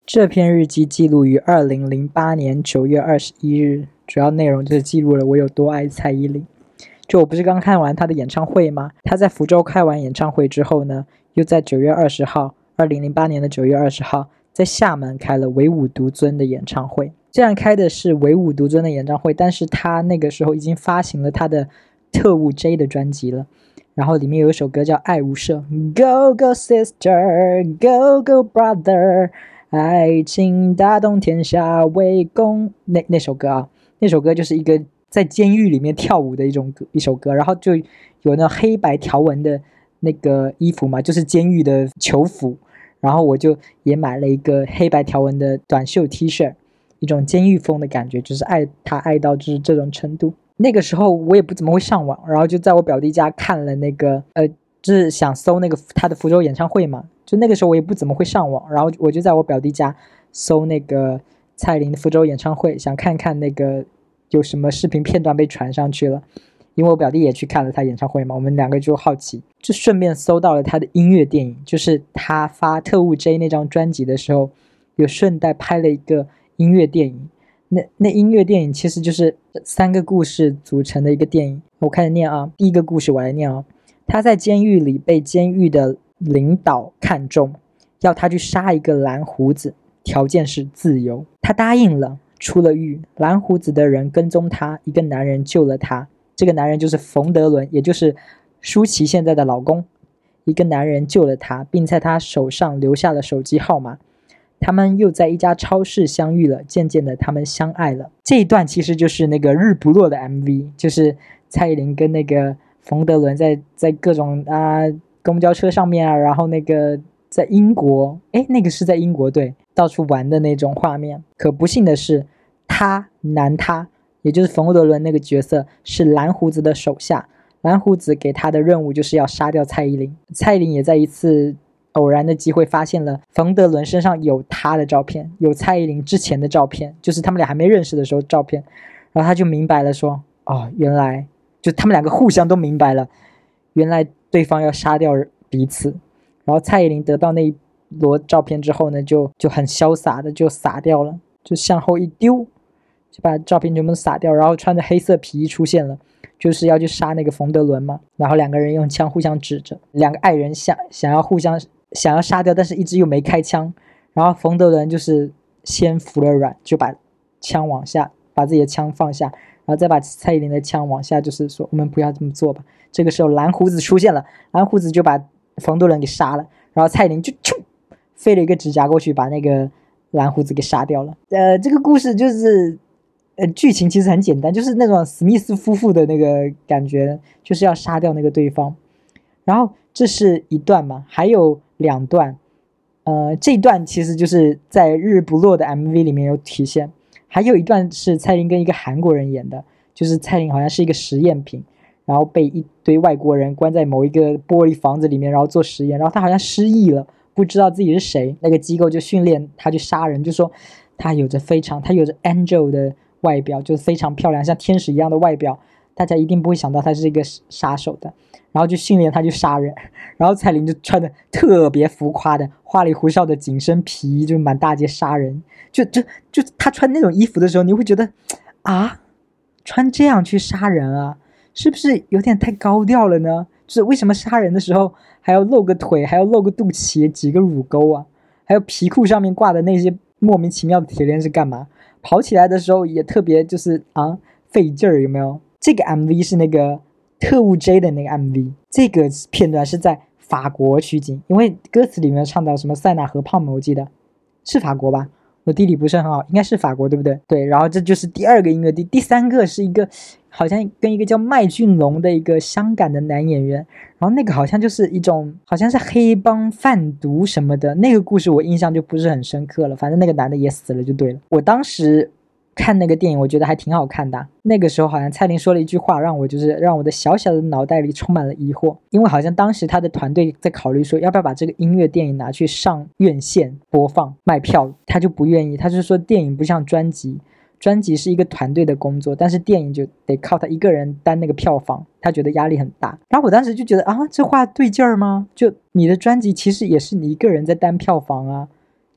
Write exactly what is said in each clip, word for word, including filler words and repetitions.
这篇日记记录于二零零八年九月二十一日，主要内容就是记录了我有多爱蔡依林。就我不是刚看完她的演唱会吗？她在福州开完演唱会之后呢，又在九月二十号，二零零八年的九月二十号，在厦门开了唯舞独尊的演唱会。虽然开的是唯舞独尊的演唱会，但是她那个时候已经发行了她的特务 J 的专辑了。然后里面有一首歌叫《爱无赦》 Go Go Sister Go Go Brother， 爱情大动天下为公，那那首歌啊，那首歌就是一个在监狱里面跳舞的一种歌一首歌，然后就有那黑白条纹的那个衣服嘛，就是监狱的囚服，然后我就也买了一个黑白条纹的短袖 T 恤，一种监狱风的感觉，就是爱他爱到就是这种程度。那个时候我也不怎么会上网，然后就在我表弟家看了那个呃，就是想搜那个他的福州演唱会嘛，就那个时候我也不怎么会上网，然后我就在我表弟家搜那个蔡依林的福州演唱会，想看看那个有什么视频片段被传上去了，因为我表弟也去看了他演唱会嘛，我们两个就好奇，就顺便搜到了他的音乐电影，就是他发特务 J 那张专辑的时候，有顺带拍了一个音乐电影。那那音乐电影其实就是三个故事组成的一个电影。我开始念啊，第一个故事我来念啊。他在监狱里被监狱的领导看中，要他去杀一个蓝胡子，条件是自由。他答应了，出了狱，蓝胡子的人跟踪他，一个男人救了他。这个男人就是冯德伦，也就是舒淇现在的老公。一个男人救了他，并在他手上留下了手机号码。他们又在一家超市相遇了，渐渐的他们相爱了。这一段其实就是那个日不落的 M V， 就是蔡依林跟那个冯德伦在在各种啊公交车上面啊，然后那个在英国，诶那个是在英国，对，到处玩的那种画面。可不幸的是，他男他也就是冯德伦那个角色是蓝胡子的手下，蓝胡子给他的任务就是要杀掉蔡依林。蔡依林也在一次偶然的机会发现了冯德伦身上有他的照片，有蔡依林之前的照片，就是他们俩还没认识的时候照片。然后他就明白了说，哦，原来就他们两个互相都明白了，原来对方要杀掉彼此。然后蔡依林得到那一摞照片之后呢，就就很潇洒的就撒掉了，就向后一丢，就把照片全部撒掉，然后穿着黑色皮衣出现了，就是要去杀那个冯德伦嘛。然后两个人用枪互相指着，两个爱人想想要互相想要杀掉，但是一直又没开枪。然后冯德伦就是先服了软，就把枪往下，把自己的枪放下，然后再把蔡依林的枪往下，就是说我们不要这么做吧。这个时候蓝胡子出现了，蓝胡子就把冯德伦给杀了，然后蔡依林就咻飞了一个指甲过去，把那个蓝胡子给杀掉了。呃，这个故事就是呃剧情其实很简单，就是那种史密斯夫妇的那个感觉，就是要杀掉那个对方。然后这是一段嘛，还有两段，呃，这一段其实就是在日不落的 M V 里面有体现，还有一段是蔡依林跟一个韩国人演的，就是蔡依林好像是一个实验品，然后被一堆外国人关在某一个玻璃房子里面，然后做实验，然后他好像失忆了，不知道自己是谁，那个机构就训练他去杀人，就说他有着非常他有着 angel 的外表，就是非常漂亮，像天使一样的外表，大家一定不会想到他是一个杀手的，然后就训练他去杀人。然后蔡依林就穿的特别浮夸的花里胡哨的紧身皮衣，就满大街杀人。就就就他穿那种衣服的时候，你会觉得啊，穿这样去杀人啊，是不是有点太高调了呢？就是为什么杀人的时候还要露个腿，还要露个肚脐，几个乳沟啊，还有皮裤上面挂的那些莫名其妙的铁链是干嘛？跑起来的时候也特别就是啊费劲儿，有没有？这个 M V 是那个特务 J 的那个 M V， 这个片段是在法国取景，因为歌词里面唱到什么塞纳河畔嘛，我记得是法国吧，我地理不是很好，应该是法国对不对？对，然后这就是第二个音乐，第第三个是一个好像跟一个叫麦浚龙的一个香港的男演员，然后那个好像就是一种好像是黑帮贩毒什么的，那个故事我印象就不是很深刻了，反正那个男的也死了就对了。我当时看那个电影我觉得还挺好看的，那个时候好像蔡依林说了一句话，让我就是让我的小小的脑袋里充满了疑惑，因为好像当时他的团队在考虑说要不要把这个音乐电影拿去上院线播放卖票，他就不愿意，他就说电影不像专辑，专辑是一个团队的工作，但是电影就得靠他一个人担那个票房，他觉得压力很大。然后我当时就觉得啊，这话对劲儿吗？就你的专辑其实也是你一个人在担票房啊，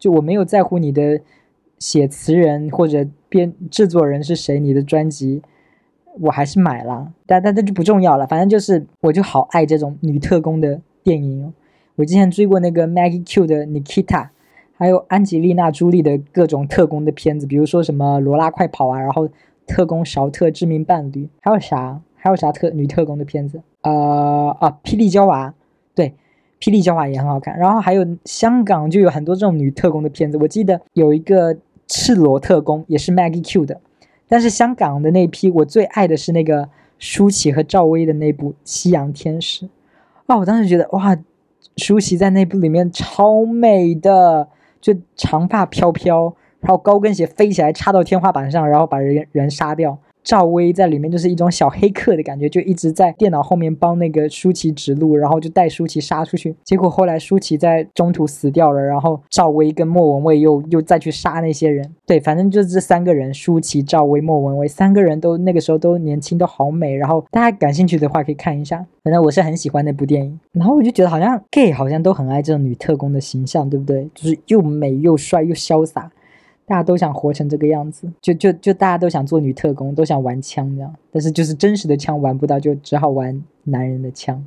就我没有在乎你的写词人或者编制作人是谁，你的专辑我还是买了，但但这就不重要了。反正就是我就好爱这种女特工的电影哦。我之前追过那个 Maggie Q 的 Nikita， 还有安吉丽娜朱莉的各种特工的片子，比如说什么罗拉快跑啊，然后特工勺特致命伴侣，还有啥还有啥特女特工的片子，呃啊霹雳娇娃，对，霹雳娇娃也很好看。然后还有香港就有很多这种女特工的片子，我记得有一个赤裸特工也是 Maggie Q 的，但是香港的那批我最爱的是那个舒淇和赵薇的那部西洋天使。哇，我当时觉得哇，舒淇在那部里面超美的，就长发飘飘，然后高跟鞋飞起来插到天花板上，然后把人人杀掉。赵薇在里面就是一种小黑客的感觉，就一直在电脑后面帮那个舒淇指路，然后就带舒淇杀出去。结果后来舒淇在中途死掉了，然后赵薇跟莫文蔚又又再去杀那些人。对，反正就这三个人，舒淇、赵薇、莫文蔚，三个人都那个时候都年轻，都好美。然后大家感兴趣的话可以看一下，反正我是很喜欢那部电影。然后我就觉得好像 gay 好像都很爱这种女特工的形象，对不对？就是又美又帅又潇洒，大家都想活成这个样子，就就就大家都想做女特工，都想玩枪这样，但是就是真实的枪玩不到，就只好玩男人的枪。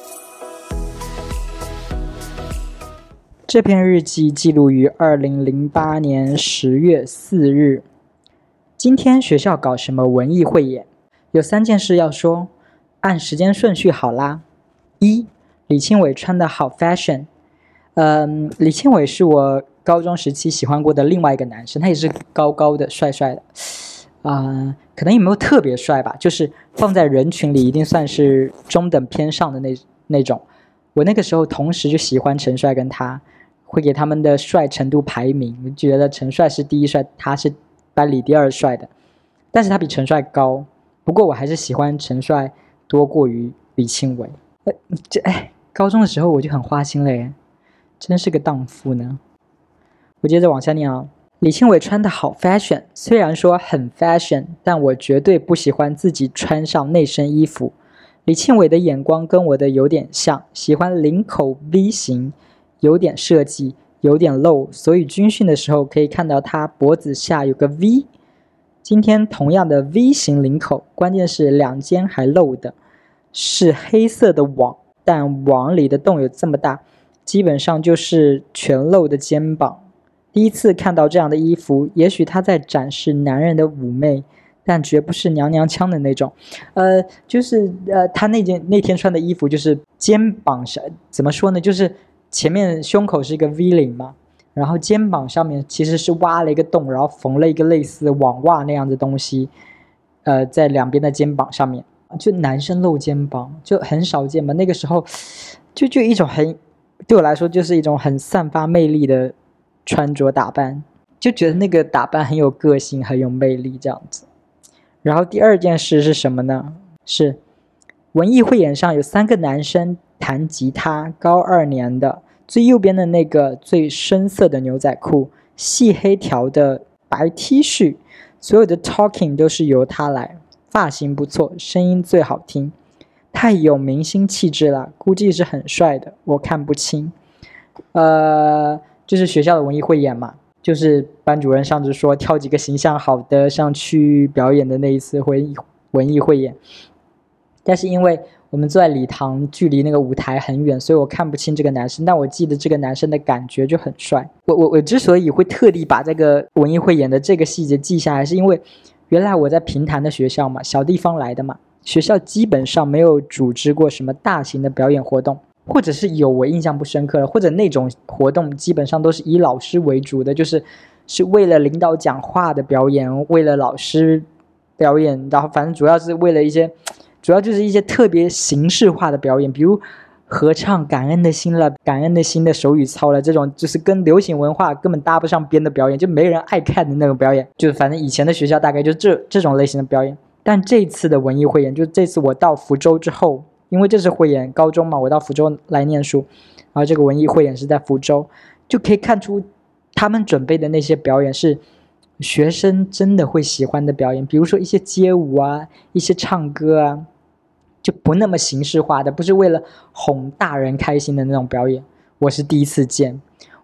这篇日记记录于二零零八年十月四日。今天学校搞什么文艺汇演？有三件事要说，按时间顺序好啦。一，李庆伟穿的好 fashion。嗯，李庆伟是我高中时期喜欢过的另外一个男生，他也是高高的帅帅的，啊、呃，可能也没有特别帅吧，就是放在人群里一定算是中等偏上的那那种。我那个时候同时就喜欢陈帅跟他，会给他们的帅程度排名，觉得陈帅是第一帅，他是班里第二帅的，但是他比陈帅高，不过我还是喜欢陈帅多过于李庆伟。呃，这哎，高中的时候我就很花心了耶，真是个荡妇呢。我接着往下念啊，李庆伟穿的好 fashion， 虽然说很 fashion， 但我绝对不喜欢自己穿上那身衣服。李庆伟的眼光跟我的有点像，喜欢领口 V 型，有点设计，有点露，所以军训的时候可以看到他脖子下有个 V。今天同样的 V 型领口，关键是两肩还露的，是黑色的网，但网里的洞有这么大，基本上就是全露的肩膀。第一次看到这样的衣服，也许他在展示男人的妩媚，但绝不是娘娘腔的那种。呃，就是呃，他那件那天穿的衣服就是肩膀上怎么说呢？就是前面胸口是一个 V 领嘛，然后肩膀上面其实是挖了一个洞，然后缝了一个类似网袜那样的东西，呃，在两边的肩膀上面，就男生露肩膀就很少见嘛。那个时候就就一种很对我来说就是一种很散发魅力的穿着打扮，就觉得那个打扮很有个性，很有魅力这样子。然后第二件事是什么呢？是文艺汇演上有三个男生弹吉他，高二年的，最右边的那个最深色的牛仔裤，细黑条的白 T 恤，所有的 talking 都是由他来，发型不错，声音最好听，太有明星气质了，估计是很帅的，我看不清。呃，就是学校的文艺汇演嘛，就是班主任上次说挑几个形象好的上去表演的那一次文艺文艺汇演。但是因为我们坐在礼堂，距离那个舞台很远，所以我看不清这个男生，但我记得这个男生的感觉就很帅。我我我之所以会特地把这个文艺汇演的这个细节记下来，是因为原来我在平潭的学校嘛，小地方来的嘛，学校基本上没有组织过什么大型的表演活动，或者是有我印象不深刻了，或者那种活动基本上都是以老师为主的，就是是为了领导讲话的表演，为了老师表演，然后反正主要是为了一些主要就是一些特别形式化的表演，比如合唱感恩的心了，感恩的心的手语操了，这种就是跟流行文化根本搭不上边的表演，就没人爱看的那种表演，就反正以前的学校大概就这这种类型的表演。但这次的文艺汇演，就这次我到福州之后，因为这是汇演高中嘛，我到福州来念书，然后这个文艺汇演是在福州，就可以看出他们准备的那些表演是学生真的会喜欢的表演，比如说一些街舞啊，一些唱歌啊，就不那么形式化的，不是为了哄大人开心的那种表演，我是第一次见。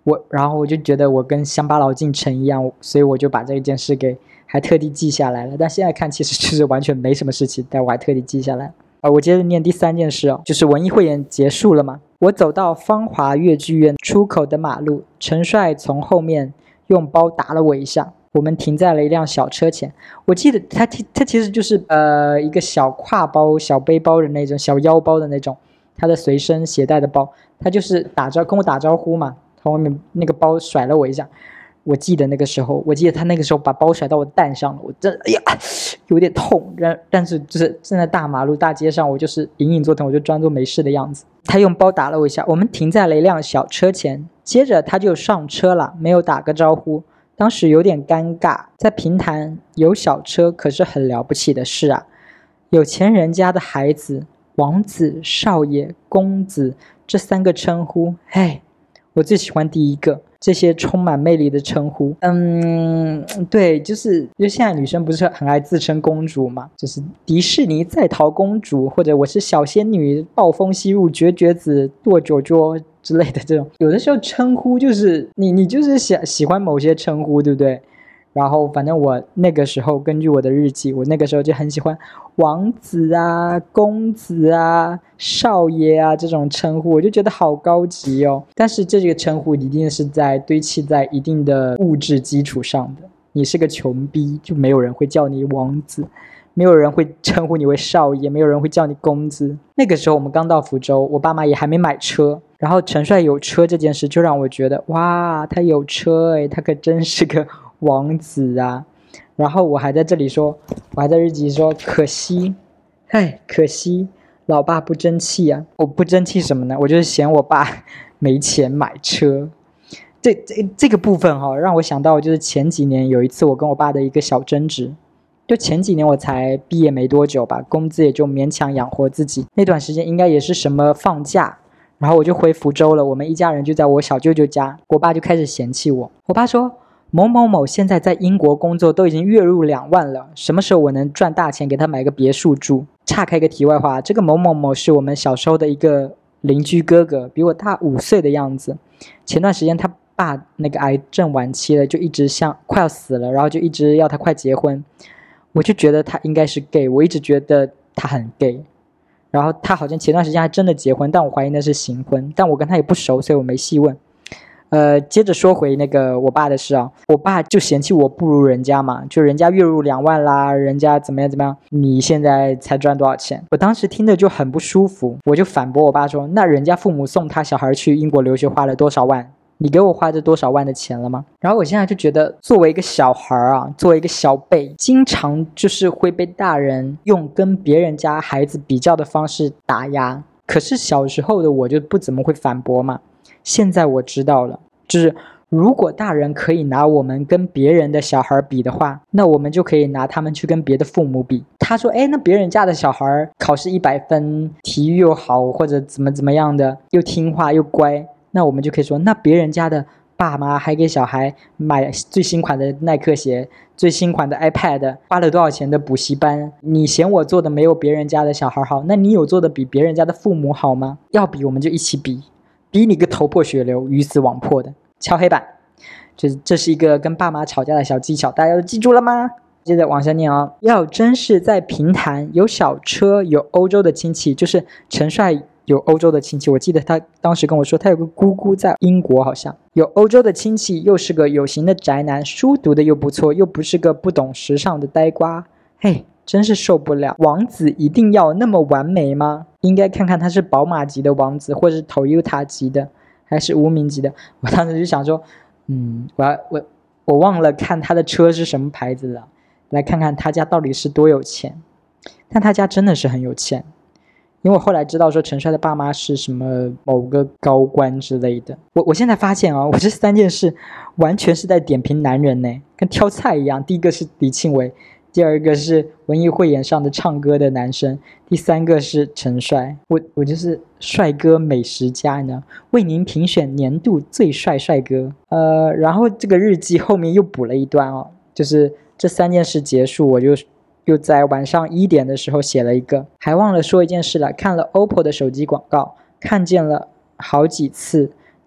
我然后我就觉得我跟乡巴佬进城一样，所以我就把这件事给还特地记下来了。但现在看其实就是完全没什么事情，但我还特地记下来。啊，我接着念第三件事哦，就是文艺汇演结束了嘛。我走到芳华粤剧院出口的马路，陈帅从后面用包打了我一下。我们停在了一辆小车前，我记得他他其实就是呃一个小挎包、小背包的那种、小腰包的那种，他的随身携带的包，他就是打招跟我打招呼嘛，从后面那个包甩了我一下。我记得那个时候，我记得他那个时候把包甩到我蛋上了，我真哎呀有点痛，但但是就是站在大马路大街上，我就是隐隐作疼，我就装作没事的样子。他用包打了我一下，我们停在了一辆小车前，接着他就上车了，没有打个招呼。当时有点尴尬，在平潭有小车可是很了不起的事啊，有钱人家的孩子，王子、少爷、公子这三个称呼，嘿，我最喜欢第一个，这些充满魅力的称呼。嗯，对，就是就现在女生不是很爱自称公主嘛，就是迪士尼在逃公主，或者我是小仙女，暴风吸入绝绝子剁九九之类的这种。有的时候称呼就是你你就是喜喜欢某些称呼，对不对？然后反正我那个时候根据我的日记，我那个时候就很喜欢王子啊、公子啊、少爷啊这种称呼，我就觉得好高级哦。但是这个称呼一定是在堆砌在一定的物质基础上的，你是个穷逼，就没有人会叫你王子，没有人会称呼你为少爷，没有人会叫你公子。那个时候我们刚到福州，我爸妈也还没买车，然后陈帅有车这件事就让我觉得，哇，他有车诶，他可真是个王子啊。然后我还在这里说，我还在日记说，可惜，唉，可惜老爸不争气啊。我不争气什么呢？我就是嫌我爸没钱买车。这这这个部分哈、哦，让我想到就是前几年有一次我跟我爸的一个小争执。就前几年我才毕业没多久吧，工资也就勉强养活自己。那段时间应该也是什么放假，然后我就回福州了。我们一家人就在我小舅舅家，我爸就开始嫌弃我。我爸说，某某某现在在英国工作都已经月入两万了，什么时候我能赚大钱给他买个别墅住？岔开个题外话，这个某某某是我们小时候的一个邻居哥哥，比我大五岁的样子。前段时间他爸那个癌症晚期了，就一直像快要死了，然后就一直要他快结婚。我就觉得他应该是 gay， 我一直觉得他很 gay。然后他好像前段时间还真的结婚，但我怀疑那是行婚，但我跟他也不熟，所以我没细问。呃，接着说回那个我爸的事啊，我爸就嫌弃我不如人家嘛，就人家月入两万啦，人家怎么样怎么样，你现在才赚多少钱？我当时听着就很不舒服，我就反驳我爸说，那人家父母送他小孩去英国留学花了多少万？你给我花这多少万的钱了吗？然后我现在就觉得，作为一个小孩啊，作为一个小辈，经常就是会被大人用跟别人家孩子比较的方式打压。可是小时候的我就不怎么会反驳嘛。现在我知道了，就是如果大人可以拿我们跟别人的小孩比的话，那我们就可以拿他们去跟别的父母比。他说，哎，那别人家的小孩考试一百分，体育又好，或者怎么怎么样的，又听话又乖。那我们就可以说，那别人家的爸妈还给小孩买最新款的耐克鞋，最新款的 iPad， 花了多少钱的补习班？你嫌我做的没有别人家的小孩好，那你有做的比别人家的父母好吗？要比我们就一起比，比你个头破血流，鱼死网破的。敲黑板，这这是一个跟爸妈吵架的小技巧，大家都记住了吗？接着往下念啊、哦，要真是在平潭有小车，有欧洲的亲戚，就是陈帅有欧洲的亲戚，我记得他当时跟我说，他有个姑姑在英国，好像有欧洲的亲戚，又是个有型的宅男，书读的又不错，又不是个不懂时尚的呆瓜，嘿，真是受不了。王子一定要那么完美吗？应该看看他是宝马级的王子，或是 Toyota 级的，还是无名级的。我当时就想说，嗯，我要我我忘了看他的车是什么牌子了，来看看他家到底是多有钱。但他家真的是很有钱。因为我后来知道说陈帅的爸妈是什么某个高官之类的。我我现在发现啊，我这三件事完全是在点评男人呢，跟挑菜一样。第一个是李庆伟，第二个是文艺汇演上的唱歌的男生，第三个是陈帅。我我就是帅哥美食家呢，为您评选年度最帅帅哥。呃，然后这个日记后面又补了一段哦，就是这三件事结束，我就又在晚上一点的时候写了一个，还忘了说一件事了，看了 O P P O 的手机广告，看见了好几次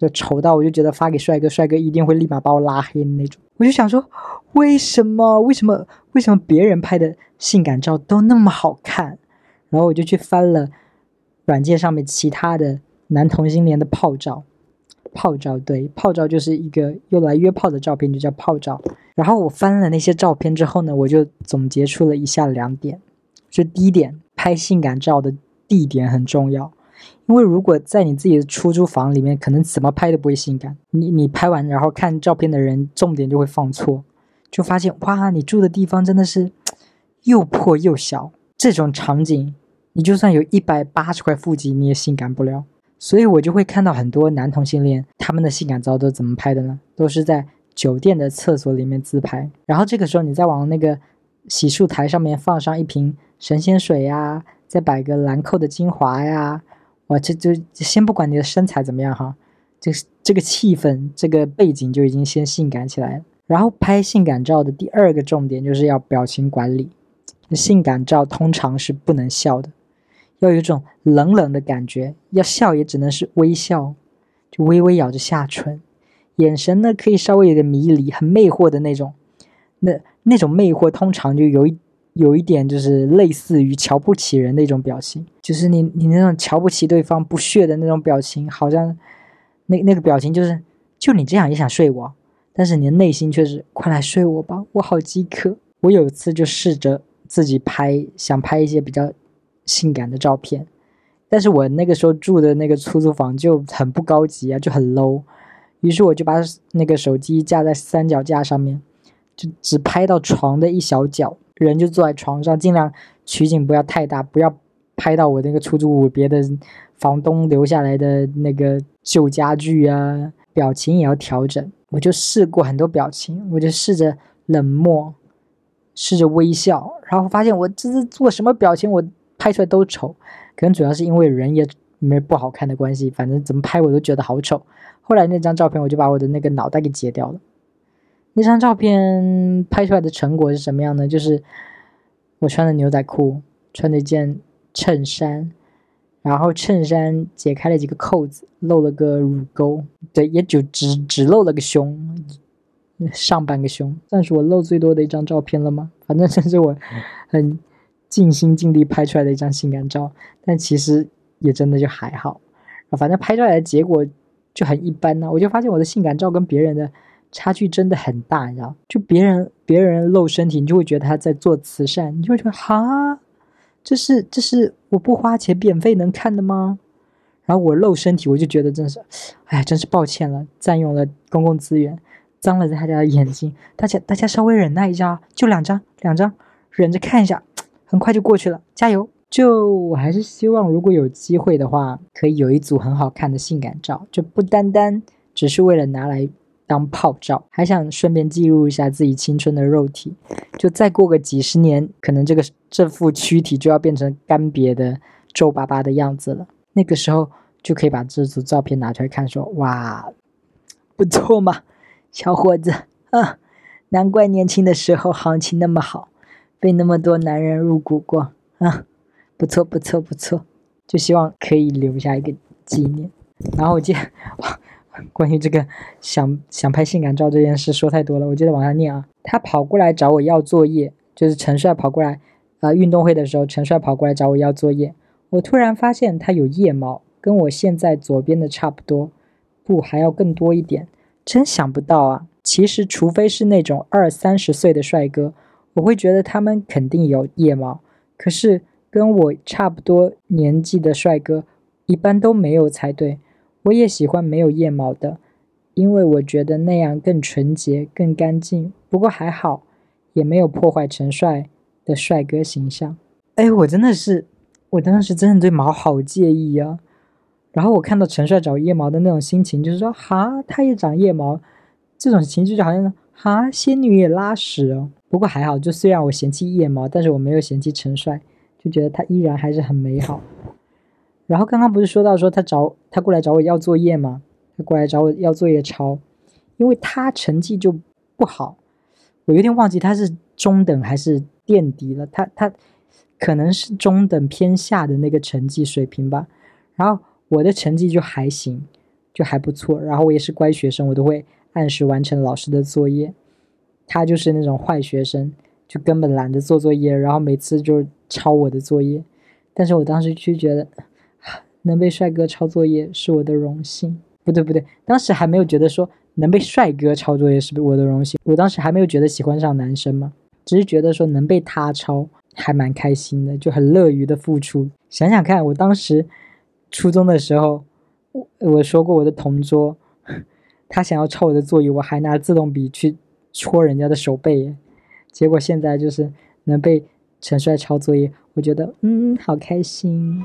就丑到我就觉得发给帅哥，帅哥一定会立马把我拉黑的那种。我就想说，为什么为什么为什么别人拍的性感照都那么好看？然后我就去翻了软件上面其他的男同性恋的炮照。炮照，对，炮照就是一个用来约炮的照片，就叫炮照。然后我翻了那些照片之后呢，我就总结出了以下两点。就第一点，拍性感照的地点很重要，因为如果在你自己的出租房里面，可能怎么拍都不会性感。你你拍完然后看照片的人重点就会放错，就发现哇，你住的地方真的是又破又小，这种场景你就算有一百八十块腹肌你也性感不了。所以我就会看到很多男同性恋，他们的性感照都怎么拍的呢？都是在酒店的厕所里面自拍，然后这个时候你再往那个洗漱台上面放上一瓶神仙水呀，再摆个兰蔻的精华呀，哇，这就先不管你的身材怎么样哈，这这个气氛，这个背景就已经先性感起来了。然后拍性感照的第二个重点就是要表情管理，性感照通常是不能笑的。要有一种冷冷的感觉，要笑也只能是微笑，就微微咬着下唇，眼神呢可以稍微有点迷离，很魅惑的那种。那那种魅惑通常就有一有一点就是类似于瞧不起人的一种表情，就是你你那种瞧不起对方不屑的那种表情，好像那那个表情就是就你这样也想睡我，但是你的内心却是快来睡我吧，我好饥渴。我有一次就试着自己拍，想拍一些比较性感的照片，但是我那个时候住的那个出租房就很不高级啊，就很 low， 于是我就把那个手机架在三脚架上面，就只拍到床的一小角，人就坐在床上，尽量取景不要太大，不要拍到我那个出租屋别的房东留下来的那个旧家具啊，表情也要调整。我就试过很多表情，我就试着冷漠，试着微笑，然后发现我这是做什么表情我拍出来都丑，可能主要是因为人也没不好看的关系，反正怎么拍我都觉得好丑。后来那张照片我就把我的那个脑袋给截掉了。那张照片拍出来的成果是什么样呢？就是我穿的牛仔裤，穿了一件衬衫，然后衬衫解开了几个扣子，露了个乳沟，对，也就只只露了个胸，上半个胸，算是我露最多的一张照片了吗？反正这是我很尽心尽力拍出来的一张性感照，但其实也真的就还好，反正拍出来的结果就很一般呢、啊。我就发现我的性感照跟别人的差距真的很大，你知道？就别人别人露身体，你就会觉得他在做慈善，你就会觉得哈，这是这是我不花钱免费能看的吗？然后我露身体，我就觉得真是，哎，真是抱歉了，占用了公共资源，脏了大家的眼睛，大家大家稍微忍耐一下，就两张两张，忍着看一下。很快就过去了，加油！就我还是希望，如果有机会的话，可以有一组很好看的性感照，就不单单只是为了拿来当炮照，还想顺便记录一下自己青春的肉体。就再过个几十年，可能这个这副躯体就要变成干瘪的、皱巴巴的样子了。那个时候就可以把这组照片拿出来看，说：“哇，不错嘛，小伙子啊，难怪年轻的时候行情那么好。”被那么多男人入股过啊，不错不错不错，就希望可以留下一个纪念。然后我记得哇，关于这个想想拍性感照这件事说太多了，我接着往下念啊。他跑过来找我要作业，就是陈帅跑过来，呃，运动会的时候，陈帅跑过来找我要作业。我突然发现他有腋毛，跟我现在左边的差不多，不还要更多一点，真想不到啊。其实除非是那种二三十岁的帅哥。我会觉得他们肯定有腋毛，可是跟我差不多年纪的帅哥一般都没有才对。我也喜欢没有腋毛的，因为我觉得那样更纯洁更干净，不过还好也没有破坏陈帅的帅哥形象。哎，我真的是我当时真的对毛好介意啊。然后我看到陈帅长腋毛的那种心情就是说哈，他也长腋毛，这种情绪就好像哈，仙女也拉屎哦。不过还好，就虽然我嫌弃腋毛，但是我没有嫌弃陈帅，就觉得他依然还是很美好。然后刚刚不是说到说他找他过来找我要作业吗？他过来找我要作业抄，因为他成绩就不好，我有点忘记他是中等还是垫底了，他他可能是中等偏下的那个成绩水平吧。然后我的成绩就还行， 就还不错。然后我也是乖学生，我都会按时完成老师的作业。他就是那种坏学生，就根本懒得做作业，然后每次就抄我的作业。但是我当时就觉得能被帅哥抄作业是我的荣幸。不对不对，当时还没有觉得说能被帅哥抄作业是我的荣幸，我当时还没有觉得喜欢上男生嘛，只是觉得说能被他抄还蛮开心的，就很乐于的付出。想想看，我当时初中的时候，我我说过我的同桌他想要抄我的作业，我还拿自动笔去戳人家的手背耶，结果现在就是能被陈帅抄作业，我觉得嗯好开心。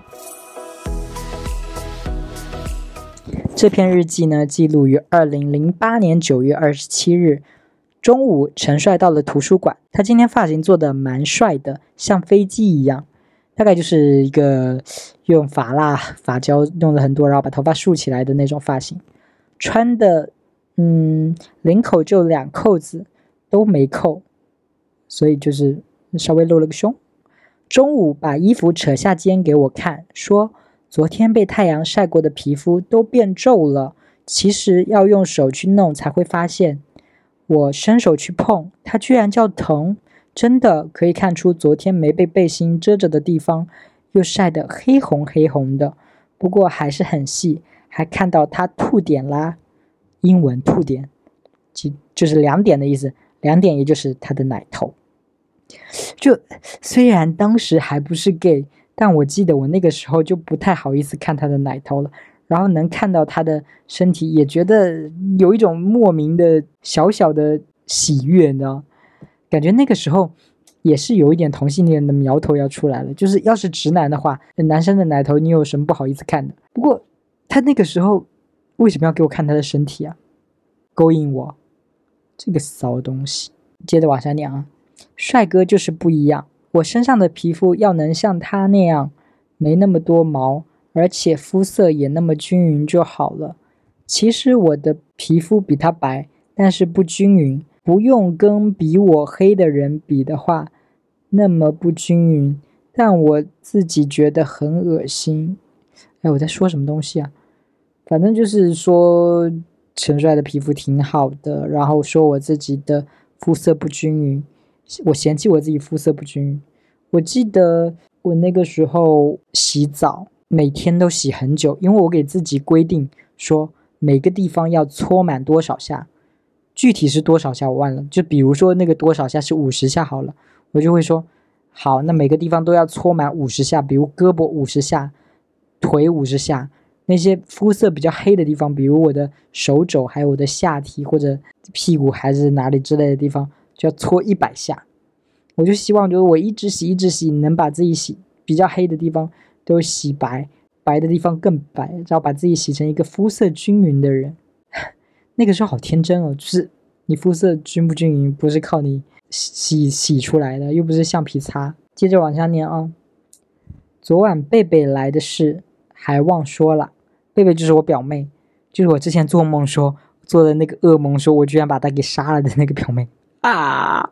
这篇日记呢，记录于二零零八年九月二十七日中午，陈帅到了图书馆。他今天发型做的蛮帅的，像飞机一样，大概就是一个用发蜡发胶弄了很多，然后把头发竖起来的那种发型。穿的嗯领口就两扣子都没扣，所以就是稍微露了个胸。中午把衣服扯下肩给我看，说昨天被太阳晒过的皮肤都变皱了，其实要用手去弄才会发现。我伸手去碰，它居然叫疼，真的可以看出昨天没被背心遮着的地方又晒得黑红黑红的，不过还是很细，还看到它吐点啦。英文吐点就是两点的意思，两点也就是它的奶头。就虽然当时还不是 gay， 但我记得我那个时候就不太好意思看他的奶头了，然后能看到他的身体也觉得有一种莫名的小小的喜悦，你知道，感觉那个时候也是有一点同性恋的苗头要出来了，就是要是直男的话，男生的奶头你有什么不好意思看的？不过他那个时候为什么要给我看他的身体啊？勾引我，这个骚东西。接着往下念啊，帅哥就是不一样，我身上的皮肤要能像他那样没那么多毛，而且肤色也那么均匀就好了。其实我的皮肤比他白，但是不均匀，不用跟比我黑的人比的话那么不均匀，但我自己觉得很恶心。哎，我在说什么东西啊？反正就是说陈帅的皮肤挺好的，然后说我自己的肤色不均匀，我嫌弃我自己肤色不均匀。我记得我那个时候洗澡每天都洗很久，因为我给自己规定说每个地方要搓满多少下，具体是多少下我忘了，就比如说那个多少下是五十下好了，我就会说好，那每个地方都要搓满五十下，比如胳膊五十下，腿五十下，那些肤色比较黑的地方，比如我的手肘还有我的下体或者屁股还是哪里之类的地方，就要搓一百下。我就希望就是我一直洗一直洗，能把自己洗比较黑的地方都洗白，白的地方更白，然后把自己洗成一个肤色均匀的人。那个时候好天真哦，就是你肤色均不均匀不是靠你洗洗出来的，又不是橡皮擦。接着往下念啊，昨晚贝贝来的事还忘说了。贝贝就是我表妹，就是我之前做梦说做的那个噩梦，说我居然把她给杀了的那个表妹啊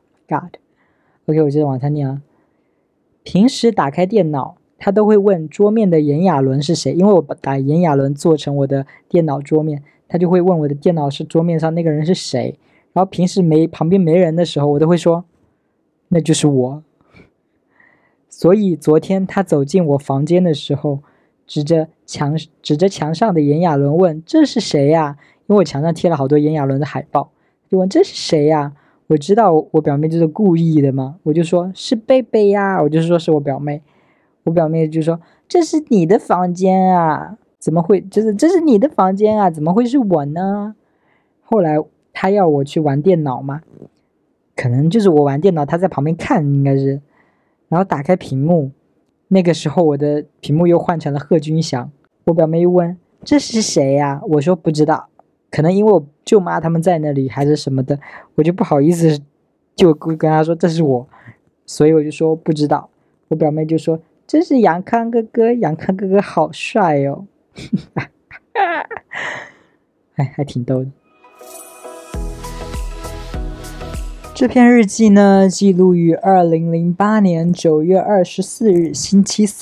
God。OK， 我接着往下念啊。平时打开电脑，他都会问桌面的炎亚纶是谁，因为我把炎亚纶做成我的电脑桌面，他就会问我的电脑是桌面上那个人是谁。然后平时没旁边没人的时候，我都会说那就是我。所以昨天他走进我房间的时候，指着墙指着墙上的炎亚纶问这是谁呀？因为我墙上贴了好多炎亚纶的海报，就问这是谁呀？我知道我表妹就是故意的嘛，我就说是贝贝呀，我就说是我表妹。我表妹就说这是你的房间啊，怎么会就是这是你的房间啊，怎么会是我呢？后来她要我去玩电脑嘛，可能就是我玩电脑，她在旁边看应该是，然后打开屏幕，那个时候我的屏幕又换成了贺军翔。我表妹又问这是谁呀？我说不知道，可能因为我舅妈他们在那里还是什么的，我就不好意思就跟她说这是我，所以我就说不知道。我表妹就说这是杨康哥哥，杨康哥哥好帅哦。哎，还挺逗的。这篇日记呢，记录于二零零八年九月二十四日星期三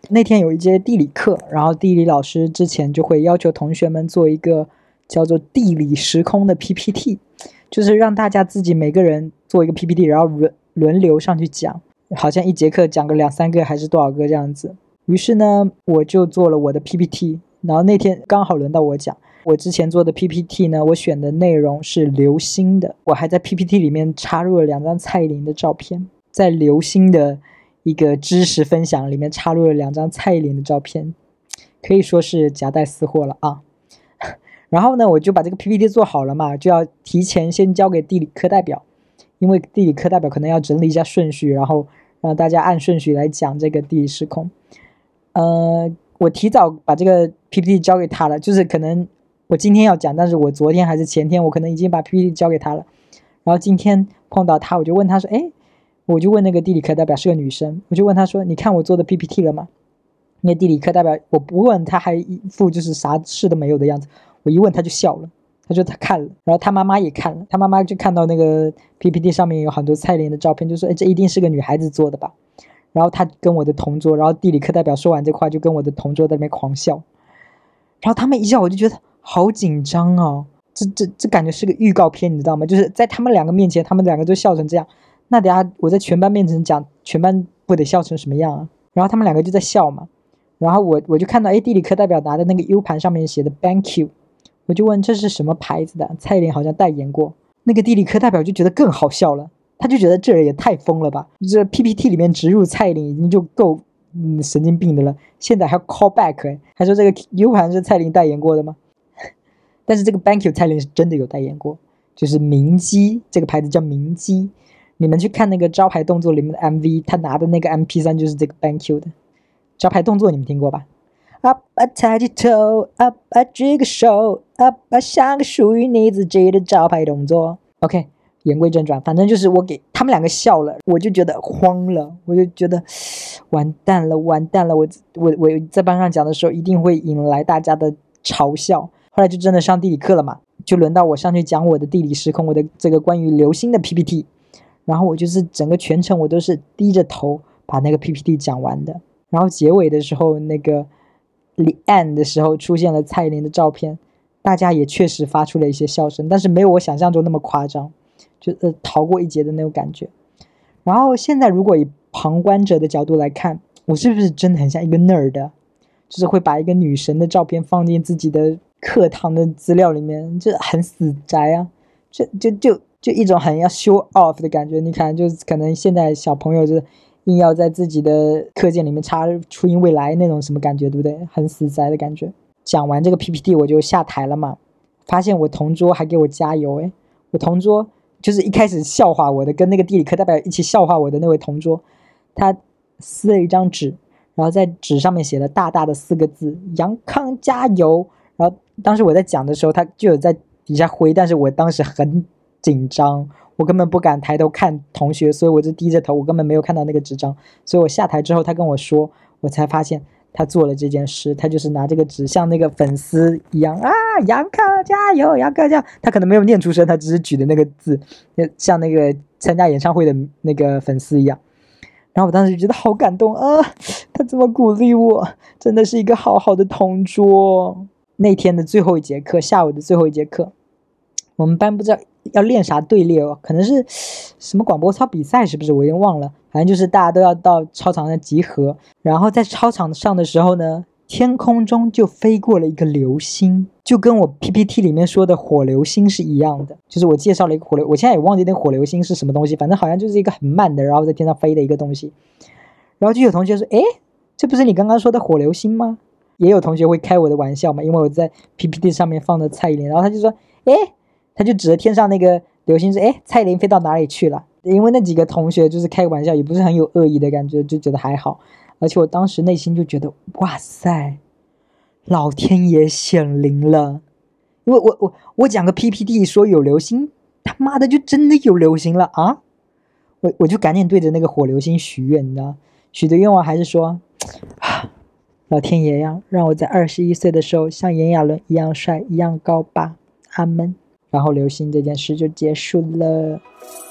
那天有一节地理课，然后地理老师之前就会要求同学们做一个叫做地理时空的 P P T， 就是让大家自己每个人做一个 P P T， 然后轮轮流上去讲，好像一节课讲个两三个还是多少个这样子。于是呢，我就做了我的 P P T， 然后那天刚好轮到我讲。我之前做的 P P T 呢，我选的内容是流星的，我还在 P P T 里面插入了两张蔡依林的照片，在流星的一个知识分享里面插入了两张蔡依林的照片，可以说是夹带私货了啊。然后呢，我就把这个 P P T 做好了嘛，就要提前先交给地理课代表，因为地理课代表可能要整理一下顺序，然后让大家按顺序来讲这个地理时空。呃，我提早把这个 P P T 交给他了，就是可能我今天要讲，但是我昨天还是前天我可能已经把 P P T 交给他了，然后今天碰到他，我就问他说，诶，我就问那个地理课代表是个女生，我就问他说，你看我做的 P P T 了吗？因为地理课代表我不问他还一副就是啥事都没有的样子，我一问他就笑了，他说他看了，然后他妈妈也看了，他妈妈就看到那个 P P T 上面有很多蔡依林的照片，就说，诶，这一定是个女孩子做的吧。然后他跟我的同桌，然后地理课代表说完这话就跟我的同桌在那边狂笑，然后他们一笑我就觉得好紧张哦，这这这感觉是个预告片，你知道吗？就是在他们两个面前，他们两个就笑成这样，那等下我在全班面前讲，全班不得笑成什么样啊？然后他们两个就在笑嘛，然后我我就看到，哎，地理课代表拿的那个 U 盘上面写的 Thank you， 我就问这是什么牌子的，蔡依林好像代言过，那个地理课代表就觉得更好笑了。他就觉得这人也太疯了吧，这 P P T 里面植入蔡依林已经就够、嗯、神经病的了，现在还要 call back， 哎，还说这个 U 盘是蔡依林代言过的吗？但是这个 Thank you 蔡依林是真的有代言过，就是明基，这个牌子叫明基，你们去看那个招牌动作里面的 M V， 他拿的那个 M P 三 就是这个 Thank you 的招牌动作，你们听过吧？ Up 啊抬起头 Up 啊举个手 Up 啊像个属于你自己的招牌动作。 OK，言归正传，反正就是我给他们两个笑了，我就觉得慌了，我就觉得完蛋了完蛋了，我我我在班上讲的时候一定会引来大家的嘲笑。后来就真的上地理课了嘛，就轮到我上去讲我的地理时空，我的这个关于流星的 P P T， 然后我就是整个全程我都是低着头把那个 P P T 讲完的，然后结尾的时候那个 the end 的时候出现了蔡依林的照片，大家也确实发出了一些笑声，但是没有我想象中那么夸张，就呃逃过一劫的那种感觉。然后现在如果以旁观者的角度来看，我是不是真的很像一个 nerd， 就是会把一个女神的照片放进自己的课堂的资料里面，就很死宅啊，就就就就一种很要 show off 的感觉。你看，就是可能现在小朋友就是硬要在自己的课件里面插初音未来那种什么感觉，对不对？很死宅的感觉。讲完这个 P P T 我就下台了嘛，发现我同桌还给我加油诶，我同桌就是一开始笑话我的，跟那个地理课代表一起笑话我的那位同桌，他撕了一张纸，然后在纸上面写了大大的四个字杨康加油。然后当时我在讲的时候他就有在底下回，但是我当时很紧张，我根本不敢抬头看同学，所以我就低着头，我根本没有看到那个纸张。所以我下台之后他跟我说，我才发现他做了这件事，他就是拿这个纸像那个粉丝一样啊，杨康加油杨康加油，他可能没有念出声，他只是举的那个字像那个参加演唱会的那个粉丝一样。然后我当时就觉得好感动啊，他这么鼓励我，真的是一个好好的同桌。那天的最后一节课，下午的最后一节课，我们班不知道要练啥队列哦，可能是什么广播操比赛，是不是？我有点忘了，反正就是大家都要到操场上集合。然后在操场上的时候呢，天空中就飞过了一个流星，就跟我 P P T 里面说的火流星是一样的。就是我介绍了一个火流，我现在也忘记那个火流星是什么东西，反正好像就是一个很慢的，然后在天上飞的一个东西。然后就有同学说，诶，这不是你刚刚说的火流星吗？也有同学会开我的玩笑嘛，因为我在 P P T 上面放的蔡依林，然后他就说，诶，他就指着天上那个流星说，诶，蔡依林飞到哪里去了？因为那几个同学就是开玩笑，也不是很有恶意的感觉，就觉得还好。而且我当时内心就觉得，哇塞，老天爷显灵了。因为我我我讲个 P P T 说有流星，他妈的就真的有流星了啊！我我就赶紧对着那个火流星许愿，你知道，许的愿望还是说，老天爷呀，让我在二十一岁的时候像炎亚纶一样帅一样高吧，阿门。然后流星这件事就结束了。